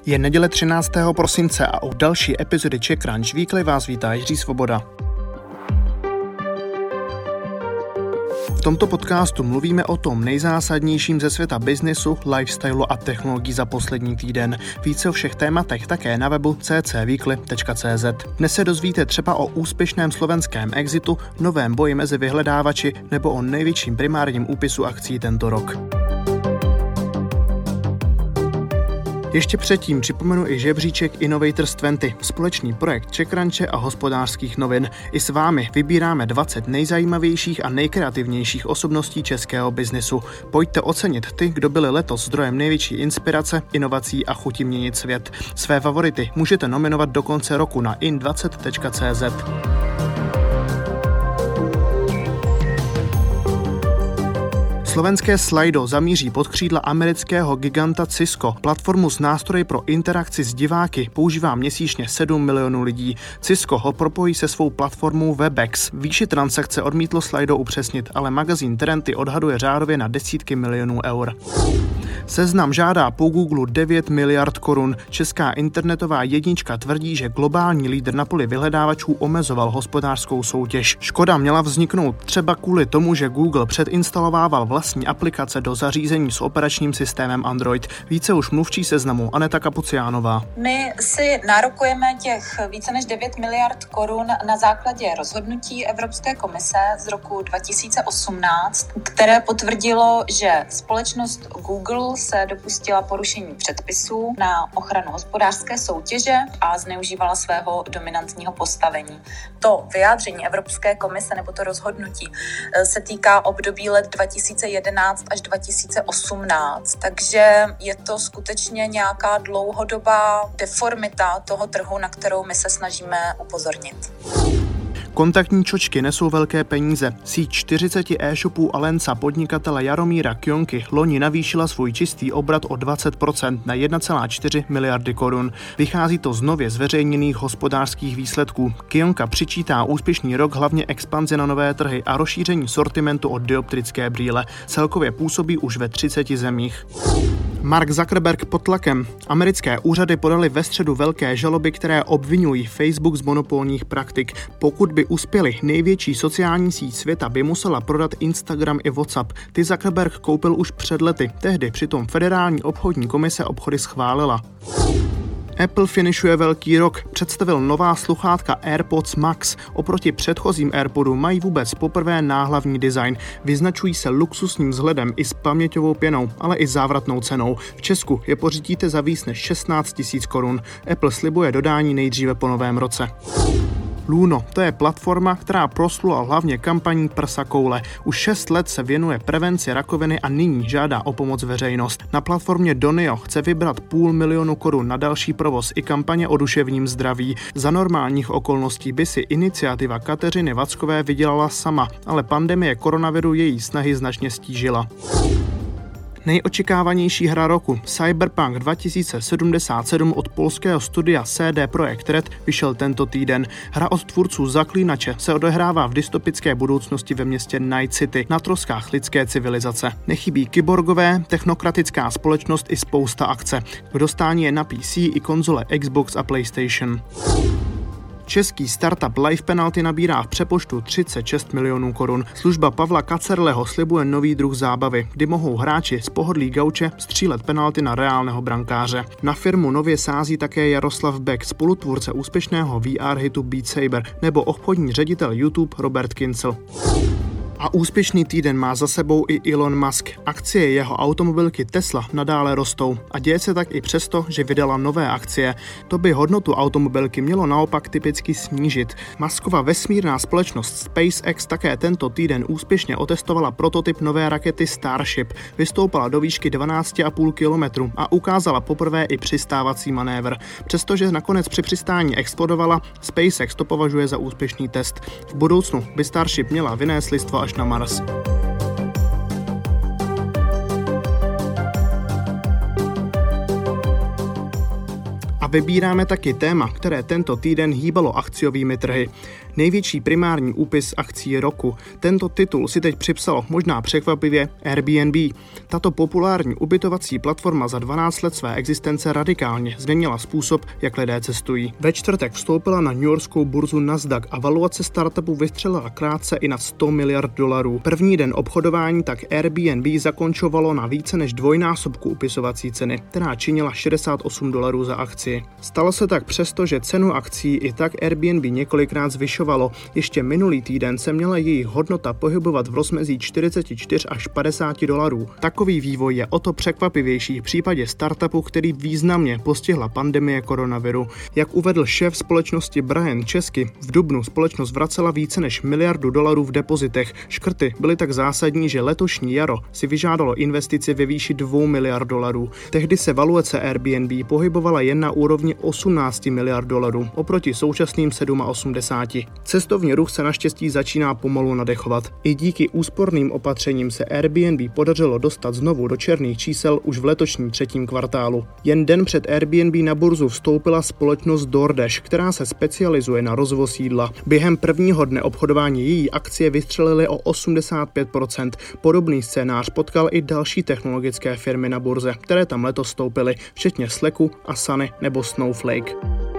Je neděle 13. prosince a u další epizody Czech Crunch Weekly vás vítá Jiří Svoboda. V tomto podcastu mluvíme o tom nejzásadnějším ze světa biznesu, lifestylu a technologií za poslední týden. Více o všech tématech také na webu ccweekly.cz. Dnes se dozvíte třeba o úspěšném slovenském exitu, novém boji mezi vyhledávači nebo o největším primárním úpisu akcí tento rok. Ještě předtím připomenu i žebříček Innovators 20, společný projekt Czech Crunche a Hospodářských novin. I s vámi vybíráme 20 nejzajímavějších a nejkreativnějších osobností českého biznesu. Pojďte ocenit ty, kdo byli letos zdrojem největší inspirace, inovací a chuti měnit svět. Své favority můžete nominovat do konce roku na in20.cz. Slovenské Slido zamíří pod křídla amerického giganta Cisco. Platformu s nástroji pro interakci s diváky používá měsíčně 7 milionů lidí. Cisco ho propojí se svou platformou Webex. Výši transakce odmítlo Slido upřesnit, ale magazín Trendy odhaduje řádově na desítky milionů eur. Seznam žádá po Google 9 miliard korun. Česká internetová jednička tvrdí, že globální lídr na poli vyhledávačů omezoval hospodářskou soutěž. Škoda měla vzniknout třeba kvůli tomu, že Google předinstalovával vlastní aplikace do zařízení s operačním systémem Android. Více už mluvčí Seznamu Aneta Kapuciánová. My si nárokujeme těch více než 9 miliard korun na základě rozhodnutí Evropské komise z roku 2018, které potvrdilo, že společnost Google se dopustila porušení předpisů na ochranu hospodářské soutěže a zneužívala svého dominantního postavení. To vyjádření Evropské komise nebo to rozhodnutí se týká období let 2011 až 2018, takže je to skutečně nějaká dlouhodobá deformita toho trhu, na kterou my se snažíme upozornit. Kontaktní čočky nesou velké peníze. Síť 40 e-shopů Alenza podnikatele Jaromíra Kionky loni navýšila svůj čistý obrat o 20% na 1,4 miliardy korun. Vychází to z nově zveřejněných hospodářských výsledků. Kionka přičítá úspěšný rok hlavně expanzi na nové trhy a rozšíření sortimentu od dioptrické brýle. Celkově působí už ve 30 zemích. Mark Zuckerberg pod tlakem. Americké úřady podaly ve středu velké žaloby, které obvinují Facebook z monopolních praktik. Pokud by uspěli, největší sociální síť světa by musela prodat Instagram i WhatsApp. Ty Zuckerberg koupil už před lety. Tehdy přitom Federální obchodní komise obchody schválila. Apple finišuje velký rok, představil nová sluchátka AirPods Max. Oproti předchozím AirPodům mají vůbec poprvé náhlavní design. Vyznačují se luxusním vzhledem i s paměťovou pěnou, ale i závratnou cenou. V Česku je pořídíte za víc než 16 000 korun. Apple slibuje dodání nejdříve po novém roce. Luno, to je platforma, která proslula hlavně kampaní Prsa koule. Už 6 let se věnuje prevenci rakoviny a nyní žádá o pomoc veřejnost. Na platformě Donio chce vybrat 500 000 korun na další provoz i kampaně o duševním zdraví. Za normálních okolností by si iniciativa Kateřiny Vackové vydělala sama, ale pandemie koronaviru její snahy značně stížila. Nejočekávanější hra roku, Cyberpunk 2077 od polského studia CD Projekt Red vyšel tento týden. Hra od tvůrců Zaklínače se odehrává v dystopické budoucnosti ve městě Night City na troskách lidské civilizace. Nechybí kyborgové, technokratická společnost i spousta akce. K dostání je na PC i konzole Xbox a PlayStation. Český startup Life Penalty nabírá v přepočtu 36 milionů korun. Služba Pavla Kacerleho slibuje nový druh zábavy, kdy mohou hráči z pohodlí gauče střílet penalty na reálného brankáře. Na firmu nově sází také Jaroslav Beck, spolutvůrce úspěšného VR hitu Beat Saber, nebo obchodní ředitel YouTube Robert Kincel. A úspěšný týden má za sebou i Elon Musk. Akcie jeho automobilky Tesla nadále rostou a děje se tak i přesto, že vydala nové akcie. To by hodnotu automobilky mělo naopak typicky snížit. Muskova vesmírná společnost SpaceX také tento týden úspěšně otestovala prototyp nové rakety Starship. Vystoupala do výšky 12,5 kilometru a ukázala poprvé i přistávací manévr. Přestože nakonec při přistání explodovala, SpaceX to považuje za úspěšný test. V budoucnu by Starship měla vynést lidstvo až na Mars. A vybíráme taky téma, které tento týden hýbalo akciovými trhy. Největší primární úpis akcí roku. Tento titul si teď připsalo možná překvapivě Airbnb. Tato populární ubytovací platforma za 12 let své existence radikálně změnila způsob, jak lidé cestují. Ve čtvrtek vstoupila na newyorskou burzu Nasdaq a valuace startupu vystřelila krátce i na $100 miliard. První den obchodování tak Airbnb zakončovalo na více než dvojnásobku upisovací ceny, která činila $68 za akci. Stalo se tak přesto, že cenu akcí i tak Airbnb několikrát zvyšovalo. Ještě minulý týden se měla jejich hodnota pohybovat v rozmezí $44 až $50. Takový vývoj je o to překvapivější v případě startupu, který významně postihla pandemie koronaviru. Jak uvedl šéf společnosti Brian Chesky, v dubnu společnost vracela více než $1 miliardu v depozitech. Škrty byly tak zásadní, že letošní jaro si vyžádalo investici ve výši $2 miliard. Tehdy se valuace Airbnb pohybovala jen na úrovni $18 miliard oproti současným 87. Cestovní ruch se naštěstí začíná pomalu nadechovat. I díky úsporným opatřením se Airbnb podařilo dostat znovu do černých čísel už v letošním třetím kvartálu. Jen den před Airbnb na burzu vstoupila společnost DoorDash, která se specializuje na rozvoz jídla. Během prvního dne obchodování její akcie vystřelily o 85%. Podobný scénář potkal i další technologické firmy na burze, které tam letos vstoupily, včetně Slacku, Asany nebo Snowflake.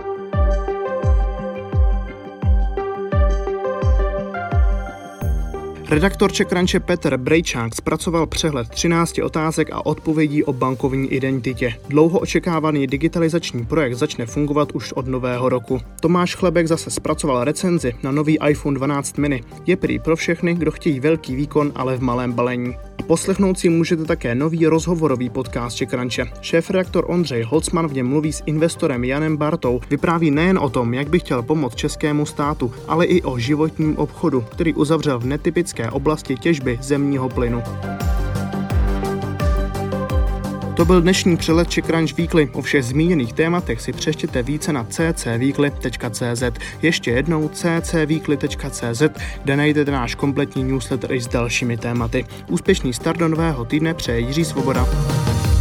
Redaktor CzechCrunche Petr Brejčák zpracoval přehled 13 otázek a odpovědí o bankovní identitě. Dlouho očekávaný digitalizační projekt začne fungovat už od nového roku. Tomáš Chlebek zase zpracoval recenzi na nový iPhone 12 mini. Je prý pro všechny, kdo chtějí velký výkon, ale v malém balení. A poslechnout si můžete také nový rozhovorový podcast CzechCrunche. Šéfredaktor Ondřej Holcman v něm mluví s investorem Janem Bartou. Vypráví nejen o tom, jak by chtěl pomoct českému státu, ale i o životním obchodu, který uzavřel v netypické oblasti těžby zemního plynu. To byl dnešní přelet CzechCrunch Weekly. O všech zmíněných tématech si přečtěte více na ccweekly.cz. Ještě jednou ccweekly.cz, kde najdete náš kompletní newsletter i s dalšími tématy. Úspěšný start do nového týdne přeje Jiří Svoboda.